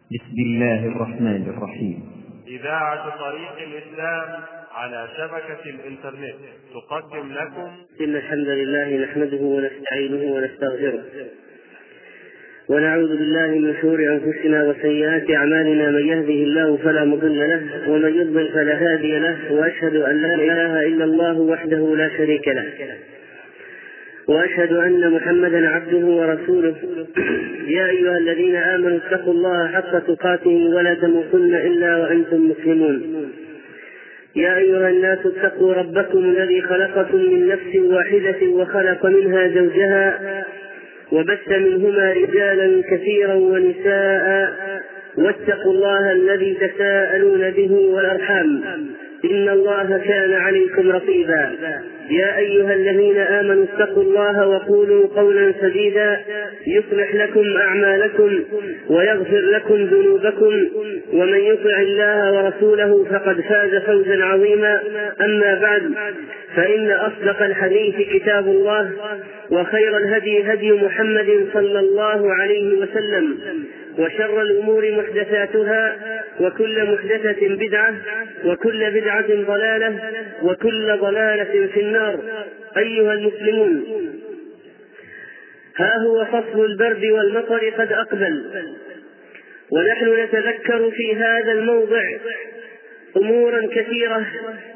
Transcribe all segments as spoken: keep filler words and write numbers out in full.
بسم الله الرحمن الرحيم. إذاعة طريق الإسلام على شبكة الإنترنت تقدم لكم إن الحمد لله نحمده ونستعينه ونستغفره ونعوذ بالله من شرور أنفسنا وسيئات أعمالنا، من يهده الله فلا مضل له ومن يضلل فلا هادي له، وأشهد أن لا إله إلا الله وحده لا شريك له، وأشهد أن محمدا عبده ورسوله. يا أيها الذين آمنوا اتقوا الله حق تقاته ولا تموتن إلا وأنتم مسلمون. يا أيها الناس اتقوا ربكم الذي خلقكم من نفس واحدة وخلق منها زوجها وبث منهما رجالا كثيرا ونساء، واتقوا الله الذي تساءلون به والأرحام إن الله كان عليكم رقيبا. يا أيها الذين آمنوا اتقوا الله وقولوا قولا سديدا يصلح لكم أعمالكم ويغفر لكم ذنوبكم، ومن يطع الله ورسوله فقد فاز فوزا عظيما. أما بعد، فإن أصدق الحديث كتاب الله، وخير الهدي هدي محمد صلى الله عليه وسلم، وشر الأمور محدثاتها، وكل محدثة بدعة، وكل بدعة ضلالة، وكل ضلالة في النار. أيها المسلمون، ها هو فصل البرد والمطر قد أقبل، ونحن نتذكر في هذا الموضع أمورا كثيرة،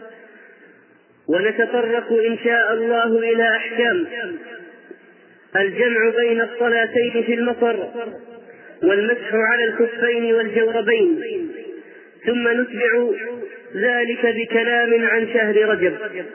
ونتطرق إن شاء الله إلى أحكام الجمع بين الصلاتين في المطر، والمسح على الخفين والجوربين، ثم نتبع ذلك بكلام عن شهر رجب.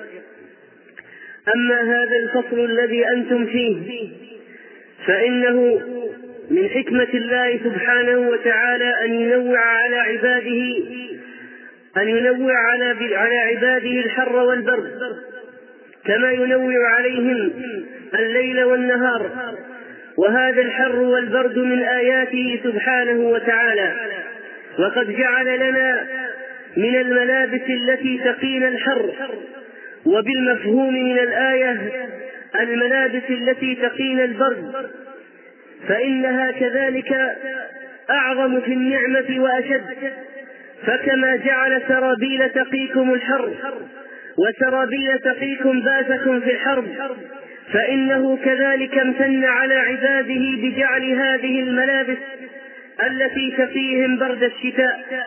أما هذا الفصل الذي أنتم فيه فإنه من حكمة الله سبحانه وتعالى أن ينوع على عباده أن ينوع على على عباده الحر والبرد، كما ينوع عليهم الليل والنهار. وهذا الحر والبرد من آياته سبحانه وتعالى، وقد جعل لنا من الملابس التي تقينا الحر، وبالمفهوم من الآية الملابس التي تقينا البرد، فإنها كذلك أعظم في النعمة وأشد. فكما جعل سرابيل تقيكم الحر وسرابيل تقيكم باسكم في الحرب، فإنه كذلك امتن على عباده بجعل هذه الملابس التي تقيهم برد الشتاء.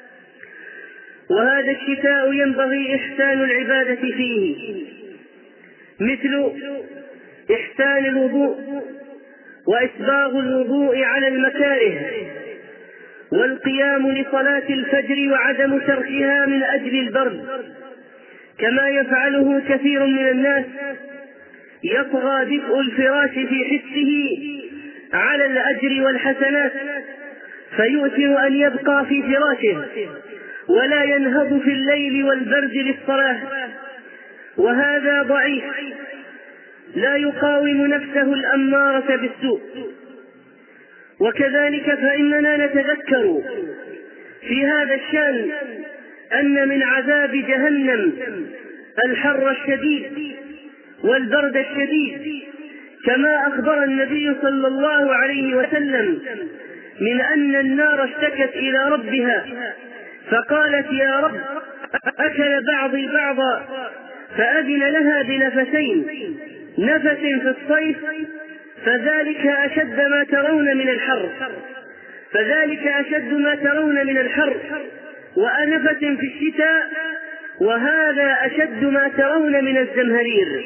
وهذا الشتاء ينبغي إحسان العبادة فيه، مثل إحسان الوضوء وإسباغ الوضوء على المكاره، والقيام لصلاة الفجر وعدم تركها من أجل البرد، كما يفعله كثير من الناس. يطغى دفء الفراش في حسه على الأجر والحسنات، فيؤثر أن يبقى في فراشه ولا ينهض في الليل والبرد للصلاة، وهذا ضعيف لا يقاوم نفسه الأمارة بالسوء. وكذلك فإننا نتذكر في هذا الشأن أن من عذاب جهنم الحر الشديد والبرد الشديد، كما أخبر النبي صلى الله عليه وسلم من أن النار اشتكت إلى ربها فقالت: يا رب، أكل بعضي بعضا، فأذن لها بنفسين، نفس في الصيف فذلك أشد ما ترون من الحر فذلك أشد ما ترون من الحر ونفس في الشتاء، وهذا أشد ما ترون من الزمهرير.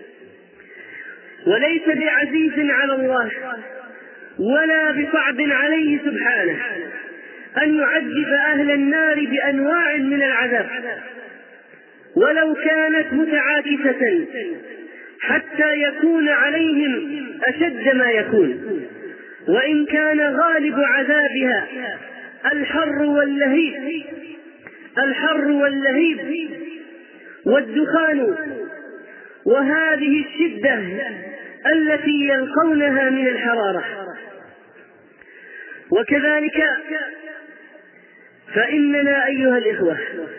وليس بعزيز على الله ولا بصعب عليه سبحانه أن يعذب أهل النار بأنواع من العذاب، ولو كانت متعاكسة حتى يكون عليهم أشد ما يكون، وإن كان غالب عذابها الحر واللهيب الحر واللهيب والدخان، وهذه الشدة التي يلقونها من الحرارة. وكذلك فإننا أيها الإخوة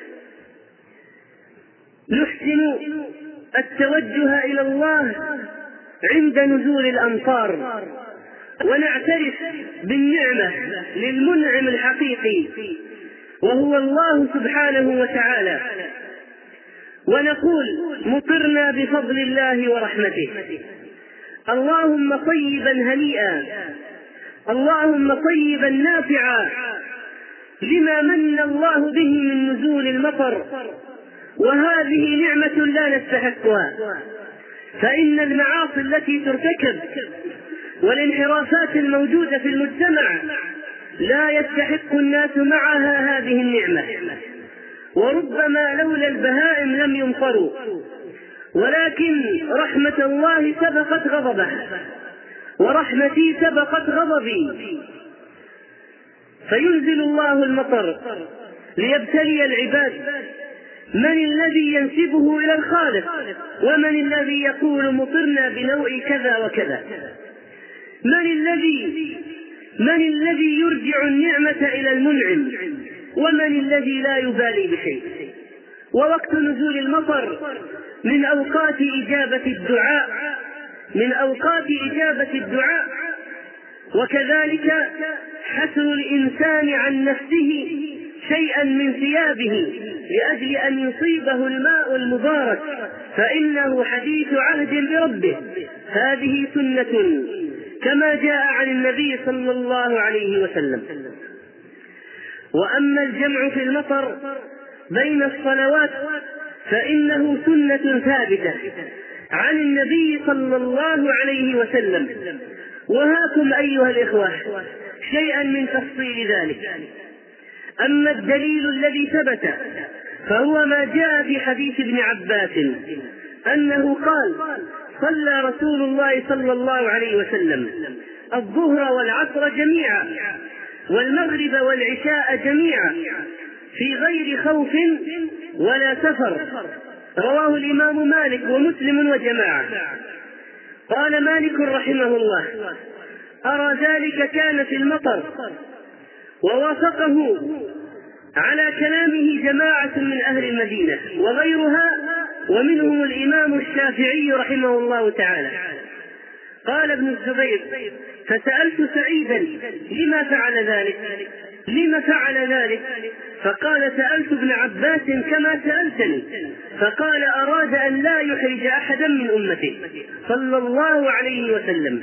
نحسن التوجه إلى الله عند نزول الأمطار، ونعترف بالنعمة للمنعم الحقيقي وهو الله سبحانه وتعالى، ونقول مطرنا بفضل الله ورحمته، اللهم طيبا هنيئا، اللهم طيبا نافعا لما من الله به من نزول المطر، وهذه نعمة لا نستحقها، فإن المعاصي التي ترتكب والانحرافات الموجودة في المجتمع لا يستحق الناس معها هذه النعمة، وربما لولا البهائم لم يمطروا، ولكن رحمة الله سبقت غضبه، ورحمتي سبقت غضبي، فينزل الله المطر ليبتلي العباد من الذي ينسبه إلى الخالق، ومن الذي يقول مطرنا بنوع كذا وكذا، من الذي من الذي يرجع النعمة إلى المنعم، ومن الذي لا يبالي بشيء. ووقت نزول المطر من أوقات إجابة الدعاء من أوقات إجابة الدعاء وكذلك حسر الإنسان عن نفسه شيئا من ثيابه لأجل أن يصيبه الماء المبارك، فإنه حديث عهد بربه، هذه سنة كما جاء عن النبي صلى الله عليه وسلم. وأما الجمع في المطر بين الصلوات فإنه سنة ثابتة عن النبي صلى الله عليه وسلم. وهاكم أيها الإخوة شيئا من تفصيل ذلك. أما الدليل الذي ثبت فهو ما جاء في حديث ابن عباس أنه قال: صلى رسول الله صلى الله عليه وسلم الظهر والعصر جميعا والمغرب والعشاء جميعا في غير خوف ولا سفر، رواه الإمام مالك ومسلم وجماعة. قال مالك رحمه الله: أرى ذلك كان في المطر، ووافقه على كلامه جماعة من أهل المدينة وغيرها، ومنهم الإمام الشافعي رحمه الله تعالى. قال ابن الزبير: فسألت سعيدا لما فعل ذلك لما فعل ذلك فقال: سألت ابن عباس كما سألتني، فقال: أراد أن لا يحرج أحدا من أمته صلى الله عليه وسلم.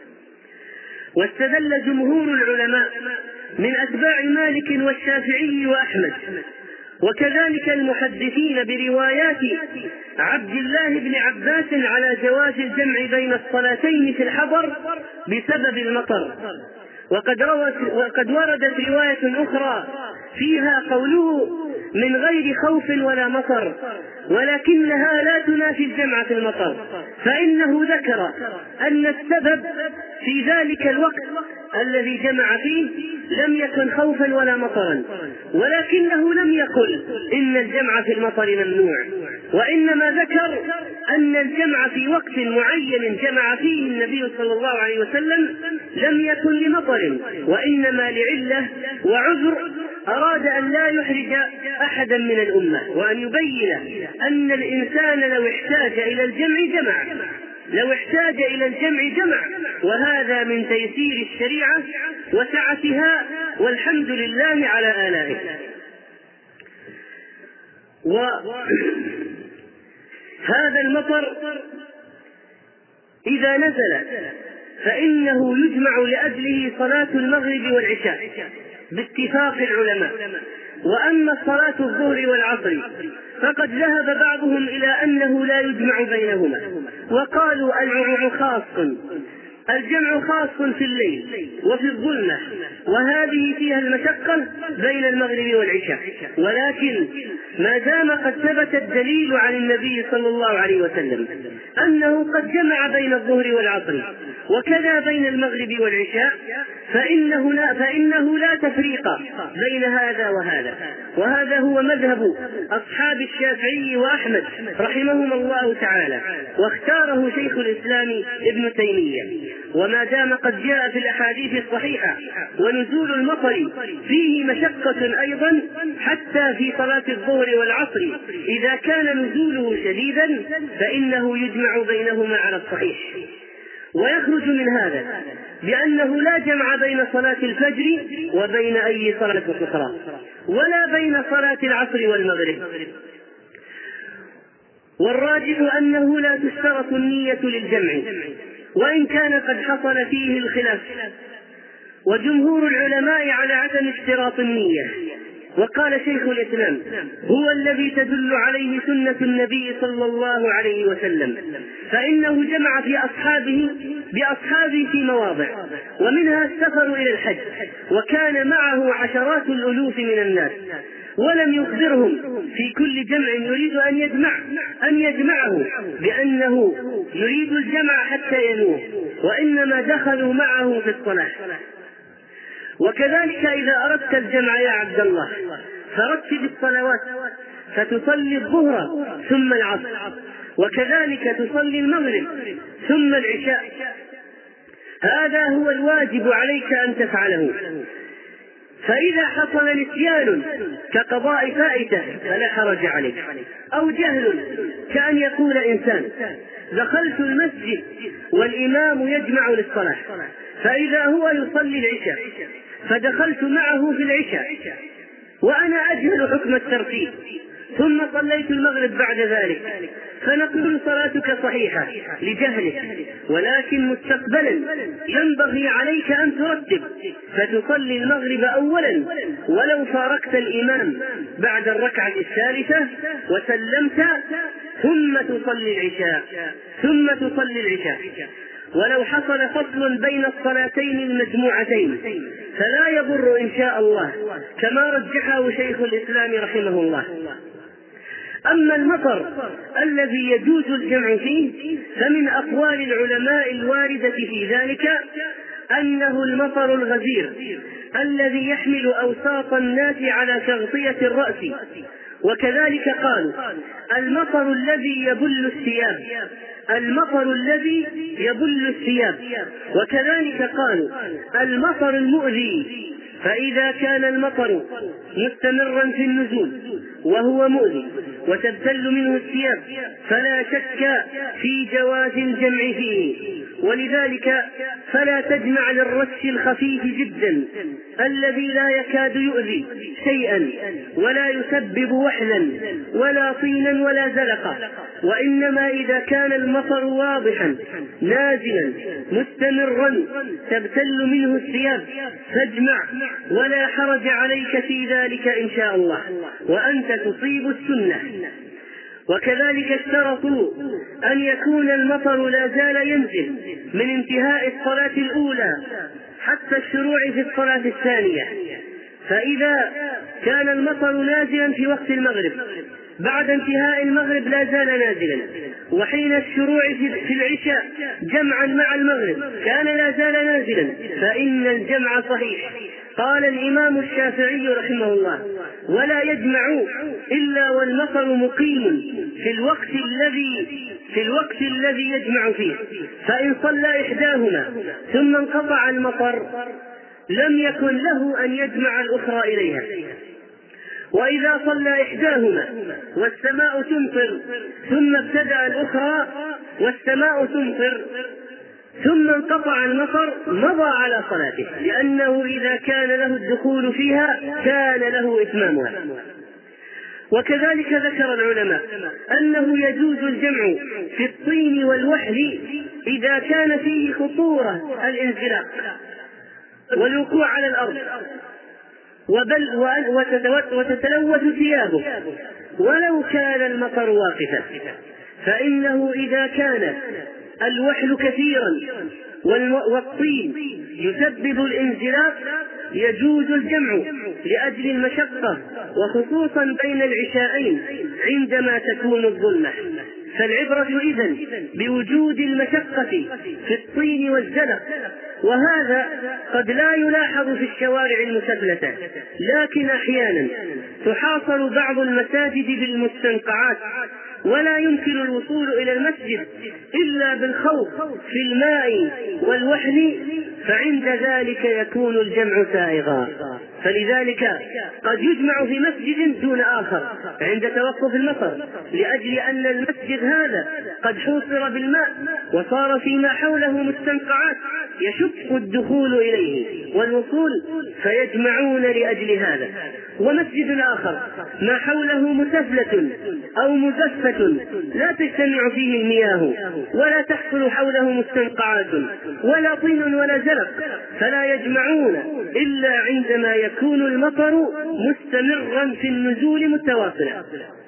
واستدل جمهور العلماء من أتباع مالك والشافعي وأحمد وكذلك المحدثين بروايات عبد الله بن عباس على جواز الجمع بين الصلاتين في الحضر بسبب المطر. وقد, وقد وردت رواية أخرى فيها قوله: من غير خوف ولا مطر، ولكنها لا تنافي الجمع في المطر، فإنه ذكر أن السبب في ذلك الوقت الذي جمع فيه لم يكن خوفا ولا مطرا، ولكنه لم يقل إن الجمع في المطر ممنوع، وإنما ذكر أن الجمع في وقت معين جمع فيه النبي صلى الله عليه وسلم لم يكن لمطر، وإنما لعلة وعذر أراد أن لا يحرج أحدا من الأمة، وأن يبين أن الإنسان لو احتاج إلى الجمع جمع لو احتاج إلى الجمع جمع وهذا من تيسير الشريعة وسعتها، والحمد لله على آلائه. وهذا المطر إذا نزل فإنه يجمع لأجله صلاة المغرب والعشاء باتفاق العلماء. وأما صلاة الظهر والعصر فقد ذهب بعضهم إلى أنه لا يجمع بينهما، وقالوا الجمع خاص الجمع خاص في الليل وفي الظلمة، وهذه فيها المشقة بين المغرب والعشاء. ولكن ما دام قد ثبت الدليل عن النبي صلى الله عليه وسلم أنه قد جمع بين الظهر والعصر وكذا بين المغرب والعشاء فإنه لا, فإنه لا تفريق بين هذا وهذا، وهذا هو مذهب أصحاب الشافعي وأحمد رحمهم الله تعالى، واختاره شيخ الإسلام ابن تيمية. وما دام قد جاء في الأحاديث الصحيحة ونزول المطر فيه مشقة أيضا حتى في صلاة الظهر والعصر إذا كان نزوله شديدا فإنه يجمع بينهما على الصحيح. ويخرج من هذا بأنه لا جمع بين صلاة الفجر وبين أي صلاة أخرى، ولا بين صلاة العصر والمغرب. والراجح أنه لا تشترط النية للجمع، وإن كان قد حصل فيه الخلاف، وجمهور العلماء على عدم اشتراط النية. وقال شيخ الإسلام: هو الذي تدل عليه سنة النبي صلى الله عليه وسلم، فإنه جمع في أصحابه بأصحابه في مواضع، ومنها السفر إلى الحج، وكان معه عشرات الألوف من الناس، ولم يخبرهم في كل جمع يريد أن يجمع أن يجمعه بأنه يريد الجمع حتى ينوه، وإنما دخلوا معه في الصلاة. وكذلك إذا أردت الجمع يا عبد الله فرتب الصلوات، فتصلي الظهر ثم العصر، وكذلك تصلي المغرب ثم العشاء. هذا هو الواجب عليك أن تفعله. فإذا حصل نسيان كقضاء فائتة فلا حرج عليك، أو جهل كأن يقول إنسان: دخلت المسجد والإمام يجمع للصلاة، فإذا هو يصلي العشاء فدخلت معه في العشاء وأنا أجهل حكم الترتيب، ثم صليت المغرب بعد ذلك، فنقول صلاتك صحيحة لجهلك، ولكن مستقبلا ينبغي عليك أن ترتب، فتصلي المغرب أولا ولو فارقت الإمام بعد الركعة الثالثة وسلمت، ثم تصلي العشاء ثم تصلي العشاء ولو حصل فصل بين الصلاتين المجموعتين فلا يضر إن شاء الله، كما رجحه شيخ الإسلام رحمه الله. أما المطر الذي يجوز الجمع فيه فمن أقوال العلماء الواردة في ذلك أنه المطر الغزير الذي يحمل أوساط الناس على تغطية الرأس، وكذلك قالوا المطر الذي يبل الثياب المطر الذي يبل الثياب وكذلك قالوا المطر المؤذي. فإذا كان المطر مستمرا في النزول وهو مؤذي وتبتل منه الثياب فلا شك في جواز الجمع فيه، ولذلك فلا تجمع للرش الخفيف جدا الذي لا يكاد يؤذي شيئا ولا يسبب وحلا ولا طينا ولا زلقا، وإنما إذا كان المطر واضحا نازلا مستمرا تبتل منه الثياب فاجمع ولا حرج عليك في ذلك إن شاء الله، وأنت تصيب السنة. وكذلك اشترطوا أن يكون المطر لا زال ينزل من انتهاء الصلاة الأولى حتى الشروع في الصلاة الثانية، فإذا كان المطر نازلا في وقت المغرب بعد انتهاء المغرب لا زال نازلا، وحين الشروع في العشاء جمعا مع المغرب كان لا زال نازلا، فإن الجمع صحيح. قال الإمام الشافعي رحمه الله: ولا يجمع إلا والمطر مقيم في الوقت الذي في الوقت الذي يجمع فيه، فإن صلى إحداهما ثم انقطع المطر لم يكن له أن يجمع الأخرى إليها، وإذا صلى إحداهما والسماء تمطر ثم ابتدأ الأخرى والسماء تمطر ثم انقطع المطر مضى على صلاته، لأنه إذا كان له الدخول فيها كان له إتمامها. وكذلك ذكر العلماء أنه يجوز الجمع في الطين والوحل إذا كان فيه خطورة الانزلاق والوقوع على الأرض وبل وتتلوث ثيابه ولو كان المطر واقفا، فإنه إذا كان الوحل كثيرا والطين يسبب الانزلاق يجوز الجمع لأجل المشقة، وخصوصا بين العشاءين عندما تكون الظلمة. فالعبرة إذن بوجود المشقة في الطين والزلق، وهذا قد لا يلاحظ في الشوارع المسفلة، لكن أحيانا تحاصل بعض المساجد بالمستنقعات ولا يمكن الوصول إلى المسجد إلا بالخوف في الماء والوحل فعند ذلك يكون الجمع سائغا. فلذلك قد يجمع في مسجد دون آخر عند توقف المطر، لأجل أن المسجد هذا قد حوصر بالماء وصار فيما حوله مستنقعات يشق الدخول إليه والوصول، فيجمعون لأجل هذا. ومسجد آخر ما حوله مسفلة أو مزفة لا تجتمع فيه المياه ولا تحصل حوله مستنقعات ولا طين ولا زلق، فلا يجمعون إلا عندما يكون المطر مستمرا في النزول متواصلا.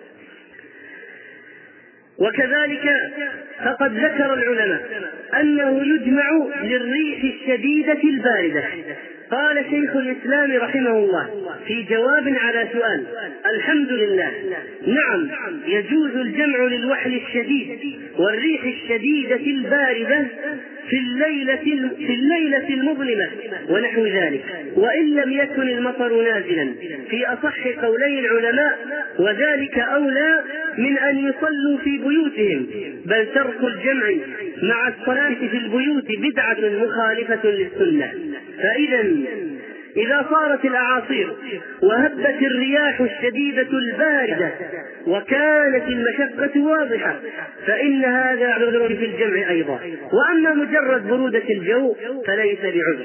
وكذلك فقد ذكر العلماء أنه يجمع للريح الشديدة الباردة. قال شيخ الإسلام رحمه الله في جواب على سؤال: الحمد لله، نعم يجوز الجمع للوحل الشديد والريح الشديدة الباردة في الليلة, في الليلة المظلمة ونحو ذلك، وإن لم يكن المطر نازلا، في أصح قولي العلماء، وذلك أولى من أن يصلوا في بيوتهم، بل ترك الجمع مع الصلاة في البيوت بدعة مخالفة للسنة. فإذا إذا صارت الأعاصير وهبت الرياح الشديدة الباردة وكانت المشقة واضحة فإن هذا عذر في الجمع أيضا، وأما مجرد برودة الجو فليس بعذر.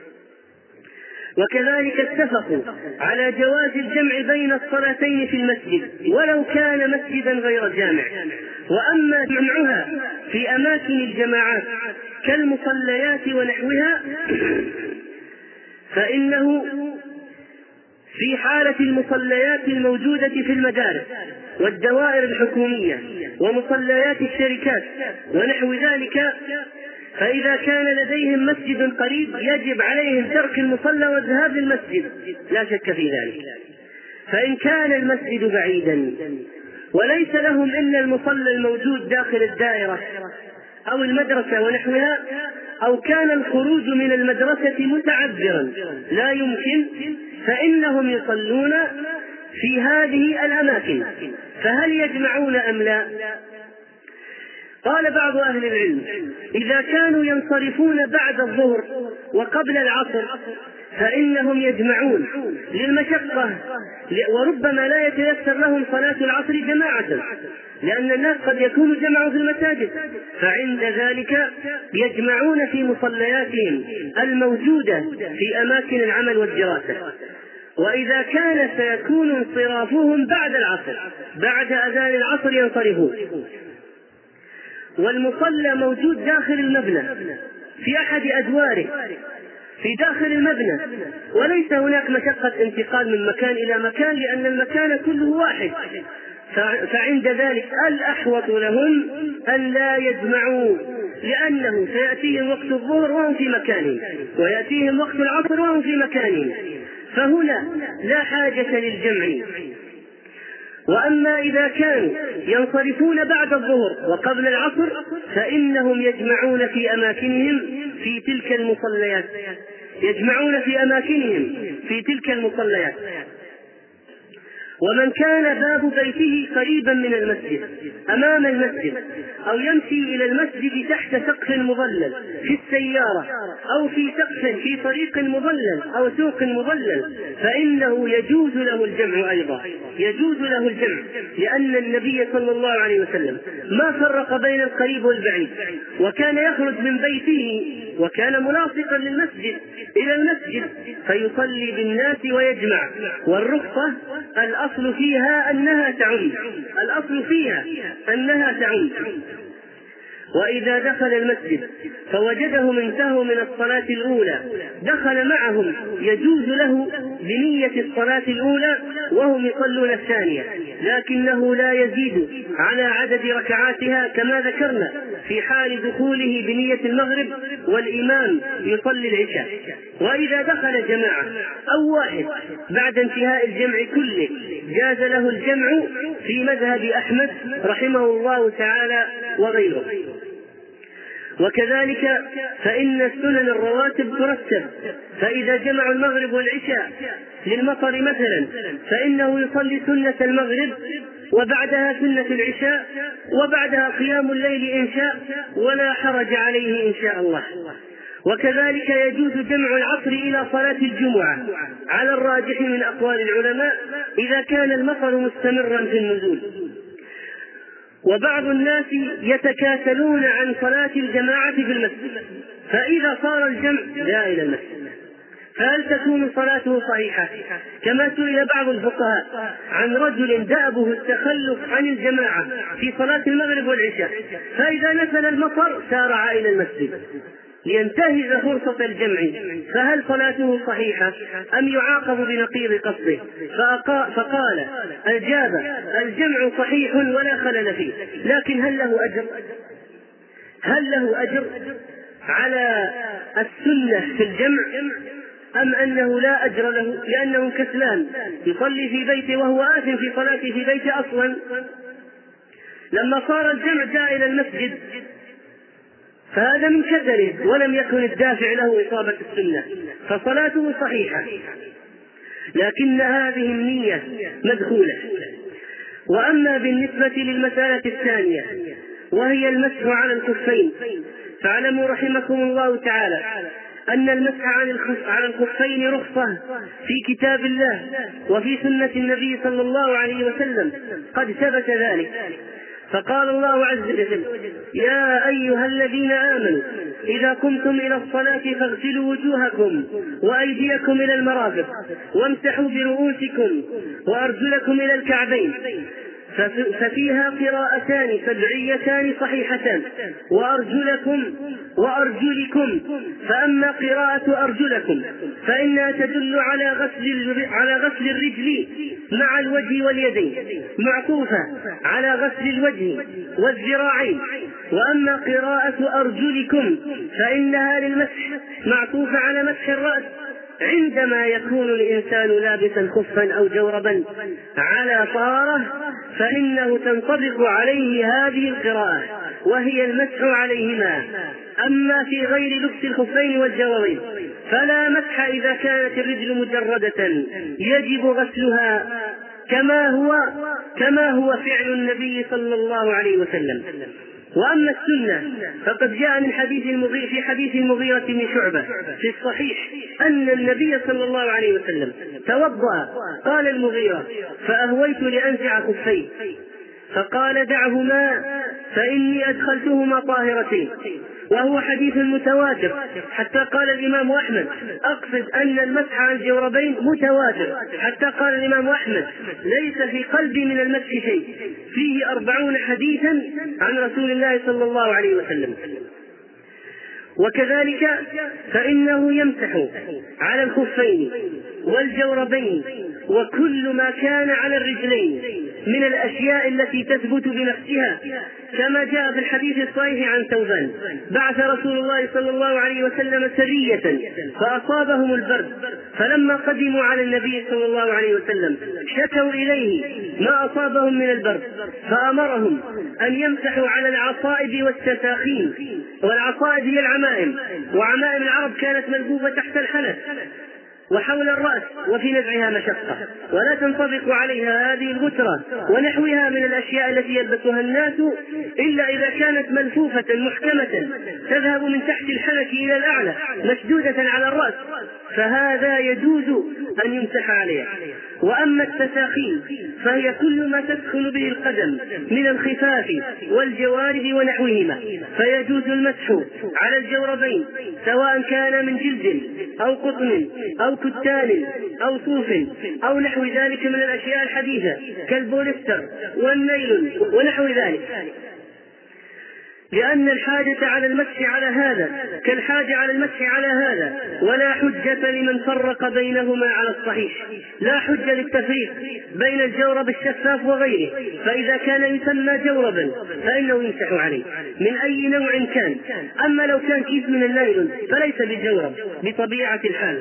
وكذلك اتفقوا على جواز الجمع بين الصلاتين في المسجد ولو كان مسجدا غير جامع. وأما جمعها في أماكن الجماعات كالمصليات ونحوها فإنه في حالة المصليات الموجودة في المدارس والدوائر الحكومية ومصليات الشركات ونحو ذلك، فإذا كان لديهم مسجد قريب يجب عليهم ترك المصلى والذهاب للمسجد لا شك في ذلك. فإن كان المسجد بعيدا وليس لهم إلا المصلى الموجود داخل الدائرة أو المدرسة ونحوها، أو كان الخروج من المدرسة متعذرا لا يمكن، فإنهم يصلون في هذه الأماكن. فهل يجمعون أم لا؟ قال بعض أهل العلم: إذا كانوا ينصرفون بعد الظهر وقبل العصر فإنهم يجمعون للمشقة، وربما لا يتيسر لهم صلاة العصر جماعة لأن الناس قد يكونوا جمعوا في المساجد، فعند ذلك يجمعون في مصلياتهم الموجودة في أماكن العمل والدراسة. وإذا كان سيكون انصرافهم بعد العصر، بعد أذان العصر ينصرفون، والمصلى موجود داخل المبنى في أحد أدواره في داخل المبنى، وليس هناك مشقة انتقال من مكان إلى مكان لأن المكان كله واحد، فعند ذلك الأحوط لهم أن لا يجمعوا، لأنه سيأتيهم وقت الظهر وهم في مكانهم ويأتيهم وقت العصر وهم في مكانهم، فهنا لا حاجة للجمع. وأما إذا كانوا ينصرفون بعد الظهر وقبل العصر فإنهم يجمعون في أماكنهم في تلك المصليات يجمعون في أماكنهم في تلك المصليات. ومن كان باب بيته قريبا من المسجد أمام المسجد أو يمشي إلى المسجد تحت سقف مظلل في السيارة أو في سقف في طريق مظلل أو سوق مظلل فإنه يجوز له الجمع أيضا، يجوز له الجمع، لأن النبي صلى الله عليه وسلم ما فرق بين القريب والبعيد، وكان يخرج من بيته وكان ملاصقا للمسجد إلى المسجد فيصلي بالناس ويجمع. والرخصة الأصل فيها أنها تعم الأصل فيها أنها تعم وإذا دخل المسجد فوجدهم انتهوا من الصلاة الأولى دخل معهم، يجوز له بنية الصلاة الأولى وهم يصلون الثانية، لكنه لا يزيد على عدد ركعاتها كما ذكرنا في حال دخوله بنية المغرب والإمام يصلي العشاء. وإذا دخل جماعة أو واحد بعد انتهاء الجمع كله جاز له الجمع في مذهب أحمد رحمه الله تعالى وغيره. وكذلك فإن السنن الرواتب ترتب، فإذا جمعوا المغرب والعشاء للمطر مثلا فإنه يصلي سنة المغرب وبعدها سنة العشاء وبعدها قيام الليل إن شاء، ولا حرج عليه إن شاء الله. وكذلك يجوز جمع العصر إلى صلاة الجمعة على الراجح من أقوال العلماء إذا كان المطر مستمرا في النزول. وبعض الناس يتكاسلون عن صلاة الجماعة في المسجد، فإذا صار الجمع جاء إلى المسجد، فهل تكون صلاته صحيحة؟ كما سئل بعض الفقهاء عن رجل دأبه التخلف عن الجماعة في صلاة المغرب والعشاء، فإذا نزل المطر سارع إلى المسجد لينتهز فرصة الجمع، فهل صلاته صحيحة أم يعاقب بنقيض قصده؟ فقال أجاب الجمع صحيح ولا خلل فيه، لكن هل له أجر؟ هل له أجر على السنة في الجمع أم أنه لا أجر له لأنه كسلان يصلي في بيته وهو آثم في صلاته في بيته أصلا؟ لما صار الجمع جاء إلى المسجد، فهذا من كسله ولم يكن الدافع له إصابة السنة، فصلاته صحيحة، لكن هذه النية مدخولة. وأما بالنسبة للمسألة الثانية وهي المسح على الخفين، فاعلموا رحمكم الله تعالى أن المسح على الخفين رخصة في كتاب الله وفي سنة النبي صلى الله عليه وسلم قد ثبت ذلك. فقال الله عز وجل: يا أيها الذين آمنوا إذا قمتم إلى الصلاة فاغسلوا وجوهكم وأيديكم إلى المرافق وامسحوا برؤوسكم وأرجلكم إلى الكعبين. ففيها قراءتان سبعيتان صحيحتان: وأرجلكم وأرجلكم. فأما قراءة أرجلكم فإنها تدل على غسل على غسل الرجل مع الوجه واليدين، معطوفة على غسل الوجه والذراعين. وأما قراءة أرجلكم فإنها للمسح، معطوفة على مسح الرأس عندما يكون الإنسان لابسا خفا أو جوربا على طهارة، فإنه تنطبق عليه هذه القراءة وهي المسح عليهما. أما في غير لبس الخفين والجوربين فلا مسح إذا كانت الرجل مجردة، يجب غسلها كما هو كما هو فعل النبي صلى الله عليه وسلم. وأما السنة فقد جاء من حديث المغيرة في حديث المغيرة بن شعبة في الصحيح أن النبي صلى الله عليه وسلم توضأ. قال المغيرة: فأهويت لأنزع خفي، فقال: دعهما فإني أدخلتهما طاهرتين. وهو حديث متواتر، حتى قال الإمام أحمد: أقصد أن المسح على الجوربين متواتر، حتى قال الإمام أحمد: ليس في قلبي من المسح شيء، فيه أربعون حديثا عن رسول الله صلى الله عليه وسلم. وكذلك فإنه يمسح على الخفين والجوربين وكل ما كان على الرجلين من الأشياء التي تثبت بنفسها، كما جاء في الحديث الصحيح عن ثوبان: بعث رسول الله صلى الله عليه وسلم سرية فأصابهم البرد، فلما قدموا على النبي صلى الله عليه وسلم شكوا إليه ما أصابهم من البرد، فأمرهم أن يمسحوا على العصائب والتساخين. والعصائب هي العمائم، وعمائم العرب كانت ملفوفة تحت الحنك وحول الرأس وفي نزعها مشقة، ولا تنطبق عليها هذه الغترة ونحوها من الأشياء التي يلبسها الناس إلا إذا كانت ملفوفة محكمة تذهب من تحت الحنك إلى الأعلى مشدودة على الرأس، فهذا يجوز أن يمسح عليها. وأما التساخين فهي كل ما تسخن به القدم من الخفاف والجوارب ونحوهما، فيجوز المسح على الجوربين سواء كان من جلد أو قطن أو كتان أو صوف أو نحو ذلك من الأشياء الحديثة كالبوليستر والنيلون ونحو ذلك، لأن الحاجة على المسح على هذا كالحاجة على المسح على هذا، ولا حجة لمن فرق بينهما على الصحيح. لا حجة للتفريق بين الجورب الشفاف وغيره، فإذا كان يسمى جوربا فإنه يمسح عليه من أي نوع كان. أما لو كان كيس من النيلون فليس بجورب بطبيعة الحال.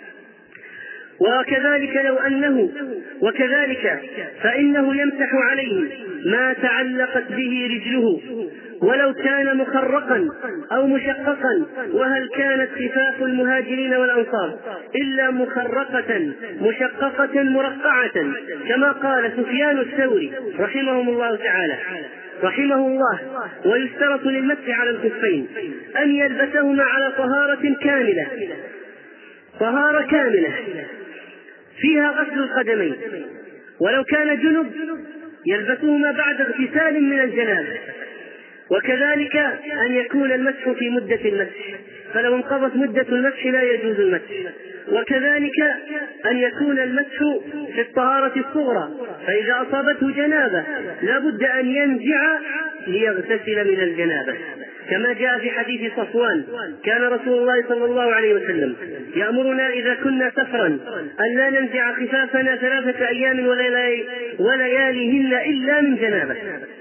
وكذلك لو أنه وكذلك فإنه يمسح عليه ما تعلقت به رجله ولو كان مخرقا أو مشققا. وهل كانت خفاف المهاجرين والأنصار إلا مخرقة مشققة مرقعة كما قال سفيان الثوري رحمهم الله تعالى: رحمه الله: ويشترط للمسح على الخفين أن يلبسهما على طهارة كاملة، طهارة كاملة فيها غسل القدمين، ولو كان جنب يلبسهما بعد اغتسال من الجنابة. وكذلك أن يكون المسح في مدة المسح، فلو انقضت مدة المسح لا يجوز المسح. وكذلك أن يكون المسح في الطهارة الصغرى، فإذا أصابته جنابة لا بد أن ينزع ليغتسل من الجنابة، كما جاء في حديث صفوان: كان رسول الله صلى الله عليه وسلم يأمرنا إذا كنا سفرا أن لا ننزع خفافنا ثلاثة أيام ولياليهن إلا من جنابة.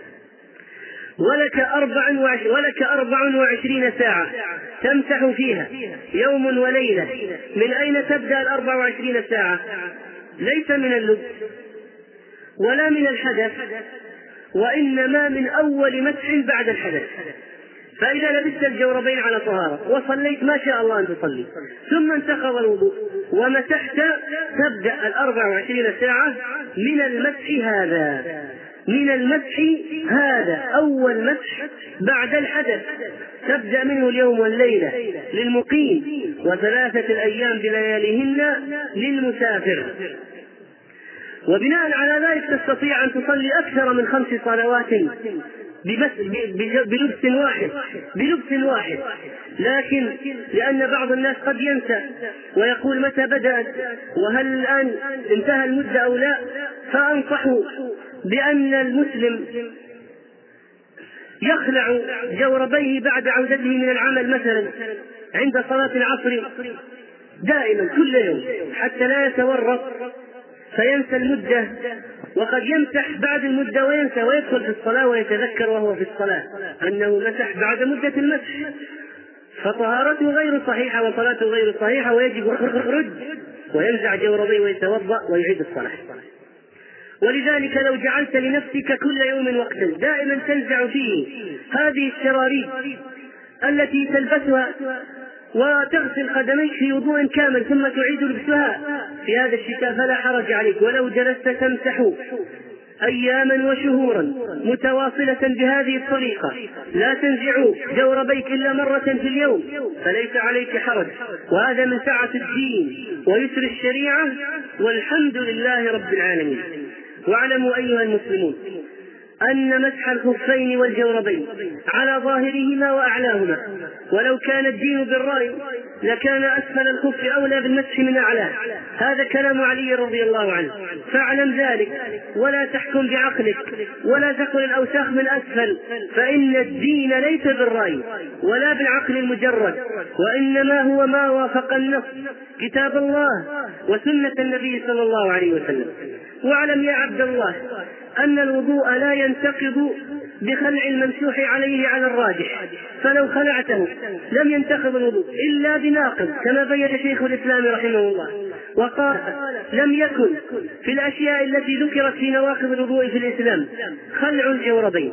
ولك أربع, وعش ولك أربع وعشرين ساعة تمسح فيها يوم وليلة. من أين تبدأ الأربع وعشرين ساعة؟ ليس من اللبس ولا من الحدث، وإنما من أول مسح بعد الحدث. فإذا لبست الجوربين على طهارة وصليت ما شاء الله أن تصلي، ثم انتقض الوضوء ومسحت، تبدأ الأربع وعشرين ساعة من المسح هذا من المسح هذا أول مسح بعد الحدث، تبدأ منه اليوم والليلة للمقيم، وثلاثة الأيام بلياليهن للمسافر. وبناء على ذلك تستطيع أن تصلي أكثر من خمس صلوات بلبس واحد بلبس واحد لكن لأن بعض الناس قد ينسى ويقول متى بدأت وهل الآن انتهى المدة أو لا، فأنصح بأن المسلم يخلع جوربيه بعد عودته من العمل، مثلا عند صلاة العصر دائما كل يوم، حتى لا يتورط فينسى المدة، وقد يمسح بعد المدة وينسى ويدخل في الصلاة ويتذكر وهو في الصلاة أنه مسح بعد مدة المسح، فطهارته غير صحيحة وصلاته غير صحيحة، ويجب يخرج وينزع جوربيه ويتوضأ ويعيد الصلاة. ولذلك لو جعلت لنفسك كل يوم وقتا دائما تنزع فيه هذه الشراريب التي تلبسها وتغسل قدميك في وضوء كامل ثم تعيد لبسها في هذا الشتاء فلا حرج عليك، ولو جلست تمسح أياما وشهورا متواصلة بهذه الطريقة لا تنزع جوربيك إلا مرة في اليوم فليس عليك حرج، وهذا من سعة الدين ويسر الشريعة، والحمد لله رب العالمين. واعلموا أيها المسلمون أن مسح الخفين والجوربين على ظاهرهما وأعلاهما، ولو كان الدين بالرأي لكان أسفل الخف أولى بالمسح من أعلاه، هذا كلام علي رضي الله عنه، فاعلم ذلك ولا تحكم بعقلك ولا تقل الأوساخ من أسفل، فإن الدين ليس بالرأي ولا بالعقل المجرد، وإنما هو ما وافق النص كتاب الله وسنة النبي صلى الله عليه وسلم. واعلم يا عبد الله أن الوضوء لا ينتقض بخلع الممسوح عليه على الراجح، فلو خلعته لم ينتقض الوضوء إلا بناقض كما بين شيخ الإسلام رحمه الله، وقال لم يكن في الأشياء التي ذكرت في نواقض الوضوء في الإسلام خلع الجوربين،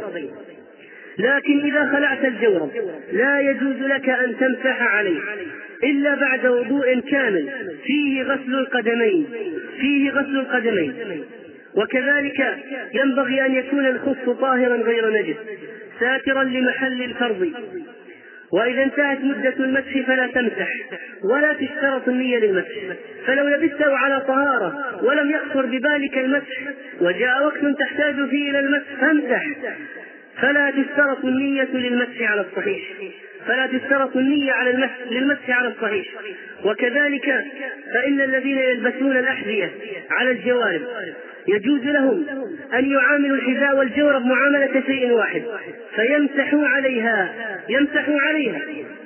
لكن إذا خلعت الجورب لا يجوز لك أن تمسح عليه إلا بعد وضوء كامل فيه غسل القدمين فيه غسل القدمين وكذلك ينبغي أن يكون الخف طاهرا غير نجس ساترا لمحل الفرض. وإذا انتهت مدة المسح فلا تمسح ولا تشترط النية للمسح، فلو لبسته على طهارة ولم يخطر ببالك المسح وجاء وقت تحتاج فيه إلى المسح فامسح، فلا تشترط النية للمسح على الصحيح فلا تشترط النية على المسح للمسح على الصحيح. وكذلك فإن الذين يلبسون الأحذية على الجوارب يجوز لهم أن يعاملوا الحذاء والجورب معاملة شيء واحد فيمسحوا عليها يمسحوا عليها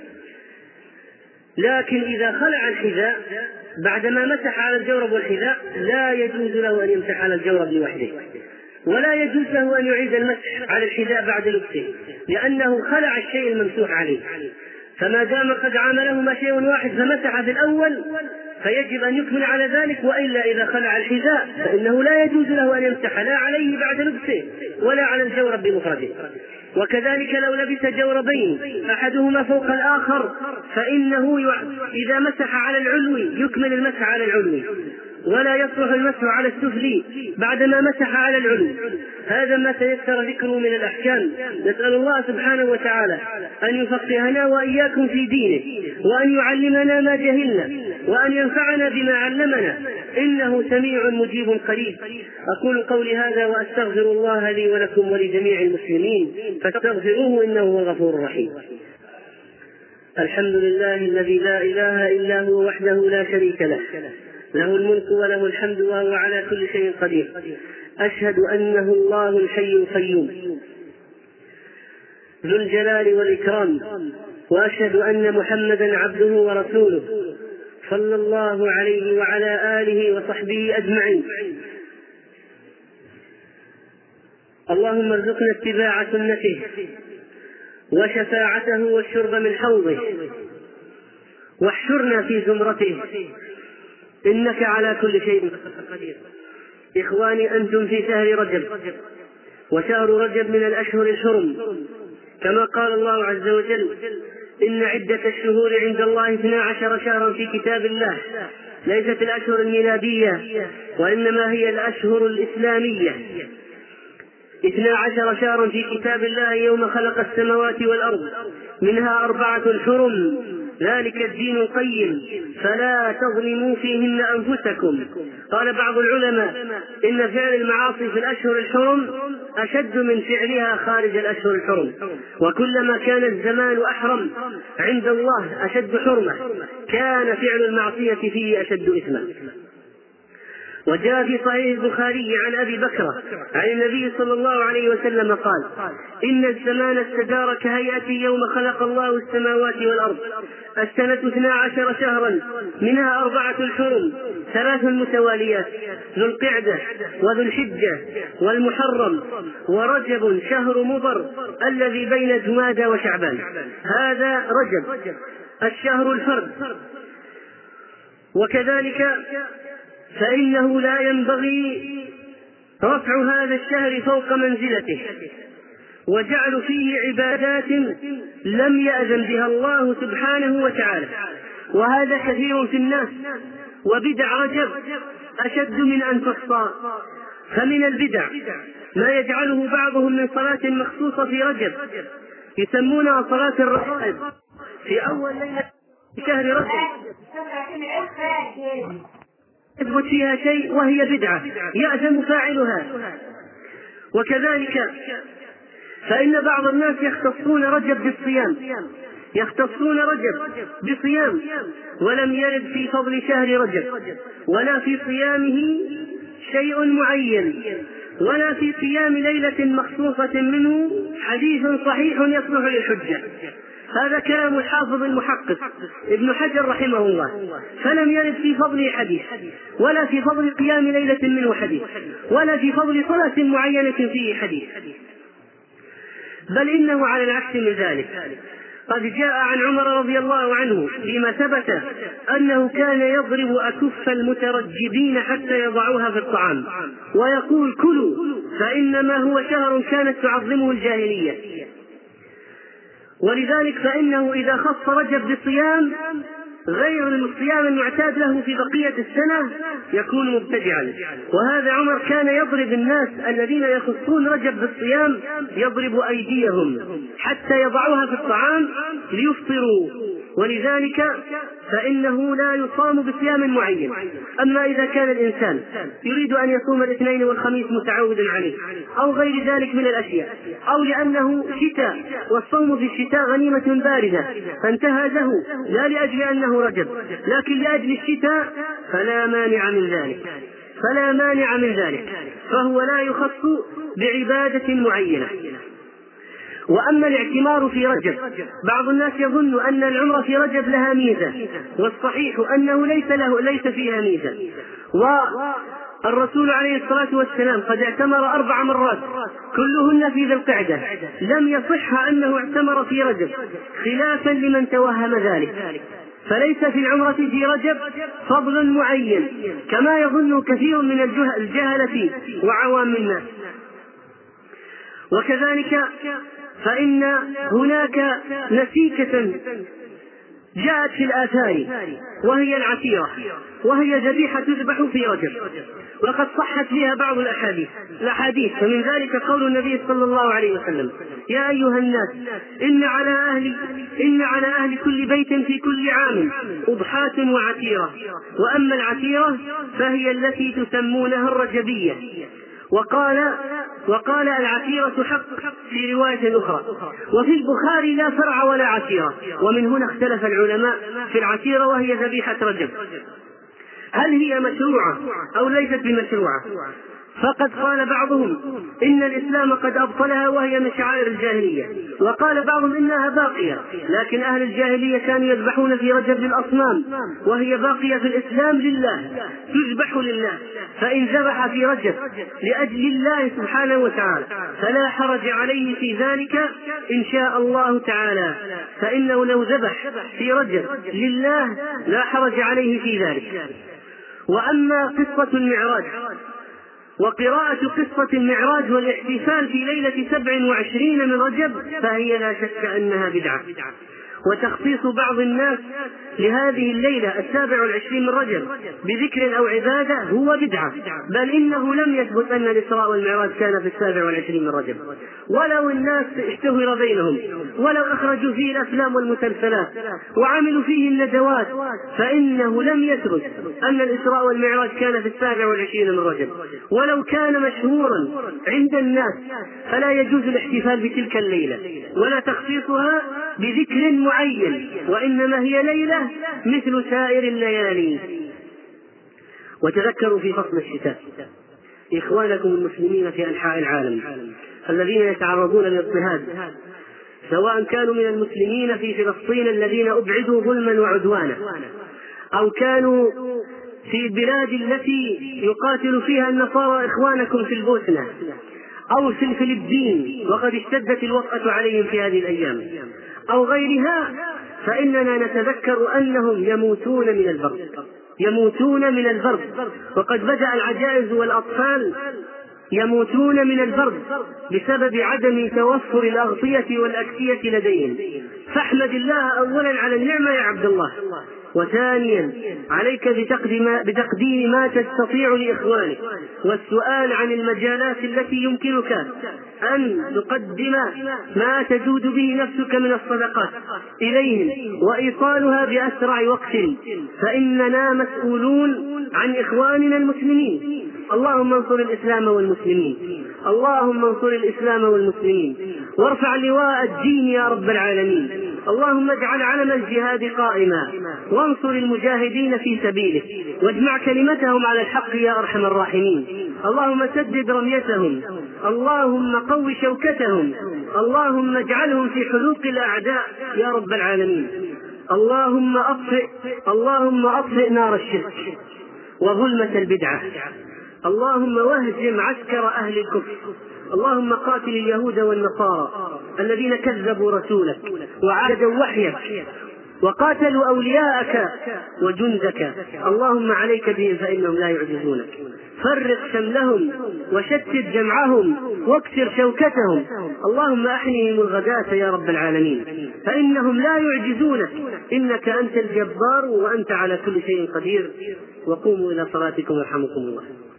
لكن إذا خلع الحذاء بعدما مسح على الجورب والحذاء لا يجوز له أن يمسح على الجورب لوحده، ولا يجوز له أن يعيد المسح على الحذاء بعد لبسه لأنه خلع الشيء الممسوح عليه، فما دام قد عاملهما شيء واحد فمسح في الأول فيجب أن يكمل على ذلك، وإلا إذا خلع الحذاء فإنه لا يجوز له أن يمسح لا عليه بعد لبسه ولا على الجورب بمفرده. وكذلك لو لبس جوربين أحدهما فوق الآخر فإنه إذا مسح على العلوي يكمل المسح على العلوي، ولا يصلح المسح على السفلي بعدما مسح على العلو. هذا ما تيسر ذكره من الأحكام. نسأل الله سبحانه وتعالى أن يفقهنا وإياكم في دينه، وأن يعلمنا ما جهلنا، وأن ينفعنا بما علمنا، إنه سميع مجيب قريب. أقول قولي هذا وأستغفر الله لي ولكم ولجميع المسلمين فاستغفروه إنه هو الغفور الرحيم. الحمد لله الذي لا إله إلا هو وحده لا شريك له، له الملك وله الحمد وهو على كل شيء قدير. أشهد أنه الله الحي القيوم ذو الجلال والإكرام، وأشهد أن محمدا عبده ورسوله صلى الله عليه وعلى آله وصحبه أجمعين. اللهم ارزقنا اتباع سنته وشفاعته والشرب من حوضه، واحشرنا في زمرته إنك على كل شيء قدير. إخواني، أنتم في شهر رجب، وشهر رجب من الأشهر الحرم، كما قال الله عز وجل: إن عدة الشهور عند الله اثنا عشر شهرا في كتاب الله، ليست الأشهر الميلادية وإنما هي الأشهر الإسلامية. اثنا عشر شهرا في كتاب الله يوم خلق السماوات والأرض، منها أربعة حرم، ذلك الدين القيم، فلا تظلموا فيهن أنفسكم. قال بعض العلماء إن فعل المعاصي في الأشهر الحرم أشد من فعلها خارج الأشهر الحرم، وكلما كان الزمان أحرم عند الله أشد حرمة كان فعل المعصية فيه أشد إثما. وجاء في صحيح البخاري عن أبي بكر عن النبي صلى الله عليه وسلم قال: إن الزمان استدار كهيئة يوم خلق الله السماوات والأرض، السنة اثنا عشر شهرا، منها أربعة الحرم، ثلاث متواليات، ذو القعدة وذو الحجة والمحرم ورجب شهر مضر الذي بين جمادى وشعبان. هذا رجب الشهر الفرد. وكذلك فإنه لا ينبغي رفع هذا الشهر فوق منزلته، وجعل فيه عبادات لم يأذن بها الله سبحانه وتعالى، وهذا كثير في الناس. وبدع رجب أشد من أن تحصى. فمن البدع ما يجعله بعضهم من صلاة مخصوصة في رجب يسمونها صلاة الرغائب في أول ليلة شهر رجب، يثبت فيها شيء وهي بدعة يأثم فاعلها. وكذلك فإن بعض الناس يختصون رجب بالصيام، يختصون رجب بصيام، ولم يرد في فضل شهر رجب ولا في صيامه شيء معين، ولا في صيام ليلة مخصوصة منه حديث صحيح يصلح للحجة. هذا كلام الحافظ المحقق ابن حجر رحمه الله، فلم يرد في فضله حديث، ولا في فضل قيام ليلة منه حديث، ولا في فضل صلاة معينة فيه حديث، بل إنه على العكس من ذلك. قد جاء عن عمر رضي الله عنه فيما ثبت أنه كان يضرب أكف المترجبين حتى يضعوها في الطعام ويقول: كلوا فإنما هو شهر كانت تعظمه الجاهلية. ولذلك فإنه إذا خص رجب بصيام غير الصيام المعتاد له في بقية السنة يكون مبتدعا. وهذا عمر كان يضرب الناس الذين يخصون رجب بالصيام، يضرب أيديهم حتى يضعوها في الطعام ليفطروا. ولذلك فإنه لا يصام بصيام معين. أما إذا كان الإنسان يريد أن يصوم الاثنين والخميس متعود عليه أو غير ذلك من الأشياء، أو لأنه شتاء والصوم في الشتاء غنيمة باردة فانتهزه لا لأجل أنه رجب لكن لأجل الشتاء، فلا مانع من ذلك فلا مانع من ذلك فهو لا يخص بعبادة معينة. وأما الاعتمار في رجب، بعض الناس يظن أن العمرة في رجب لها ميزة، والصحيح أنه ليس له ليس فيها ميزة. والرسول عليه الصلاة والسلام قد اعتمر أربع مرات كلهن في ذي القعدة، لم يصح أنه اعتمر في رجب، خلافا لمن توهم ذلك. فليس في العمرة في رجب فضل معين كما يظن كثير من الجهلة وعوام الناس. وكذلك فإن هناك نسيكة جاءت في الآثار وهي العتيرة، وهي ذبيحة تذبح في رجب، وقد صحت فيها بعض الأحاديث الأحاديث فمن ذلك قول النبي صلى الله عليه وسلم: يا أيها الناس إن على أهل إن على أهل كل بيت في كل عام أضحاة وعتيرة، وأما العتيرة فهي التي تسمونها الرجبية. وقال وقال العتيرة حق في رواية أخرى. وفي البخاري لا فرع ولا عتيرة، ومن هنا اختلف العلماء في العتيرة وهي ذبيحة رجب، هل هي مشروعة أو ليست بمشروعة؟ فقد قال بعضهم إن الإسلام قد أبطلها وهي من شعائر الجاهلية، وقال بعضهم إنها باقية، لكن أهل الجاهلية كانوا يذبحون في رجب للأصنام، وهي باقية في الإسلام لله، تذبح لله، فإن ذبح في رجب لأجل الله سبحانه وتعالى فلا حرج عليه في ذلك إن شاء الله تعالى، فإنه لو ذبح في رجب لله لا حرج عليه في ذلك. وأما قصة المعراج وقراءة قصة المعراج والاحتفال في ليلة سبع وعشرين من رجب فهي لا شك أنها بدعة، وتخصيص بعض الناس لهذه الليلة السابع والعشرين من رجب بذكر أو عبادة هو بدعة، بل إنه لم يثبت أن الإسراء والمعراج كان في السابع والعشرين من رجب، ولو الناس اشتهر بينهم، ولو أخرجوا فيه الأفلام والمسلسلات وعملوا فيه الندوات، فإنه لم يثبت أن الإسراء والمعراج كان في السابع والعشرين من رجب، ولو كان مشهورا عند الناس فلا يجوز الاحتفال بتلك الليلة ولا تخصيصها بذكر معين، وإنما هي ليلة مثل سائر الليالي. وتذكروا في فصل الشتاء إخوانكم المسلمين في أنحاء العالم الذين يتعرضون للاضطهاد، سواء كانوا من المسلمين في فلسطين الذين أبعدوا ظلما وعدوانا، أو كانوا في البلاد التي يقاتل فيها النصارى إخوانكم في البوسنة، أو في الفلبين وقد اشتدت الوطأة عليهم في هذه الأيام، أو غيرها، فإننا نتذكر أنهم يموتون من البرد يموتون من البرد وقد بدأ العجائز والأطفال يموتون من البرد بسبب عدم توفر الأغطية والأكسية لديهم. فاحمد الله أولا على النعمة يا عبد الله، وثانيا عليك بتقديم, بتقديم ما تستطيع لإخوانك، والسؤال عن المجالات التي يمكنك أن تقدم ما تجود به نفسك من الصدقات إليهم وإيصالها بأسرع وقت، فإننا مسؤولون عن إخواننا المسلمين. اللهم انصر الإسلام والمسلمين، اللهم انصر الإسلام والمسلمين، وارفع لواء الدين يا رب العالمين. اللهم اجعل علم الجهاد قائما، وانصر المجاهدين في سبيله، واجمع كلمتهم على الحق يا أرحم الراحمين. اللهم سدد رميتهم، اللهم قو شوكتهم، اللهم اجعلهم في حلوق الأعداء يا رب العالمين. اللهم أطفئ اللهم أطفئ نار الشرك وظلمة البدعة، اللهم واهزم عسكر أهل الكفر، اللهم قاتل اليهود والنصارى الذين كذبوا رسولك وعادوا وحيك وقاتلوا أولياءك وجندك، اللهم عليك بهم فإنهم لا يعجزونك. فرق شملهم وشتت جمعهم واكسر شوكتهم، اللهم أحنهم الغداة يا رب العالمين، فإنهم لا يعجزونك، إنك أنت الجبار وأنت على كل شيء قدير. وقوموا إلى صلاتكم يرحمكم الله.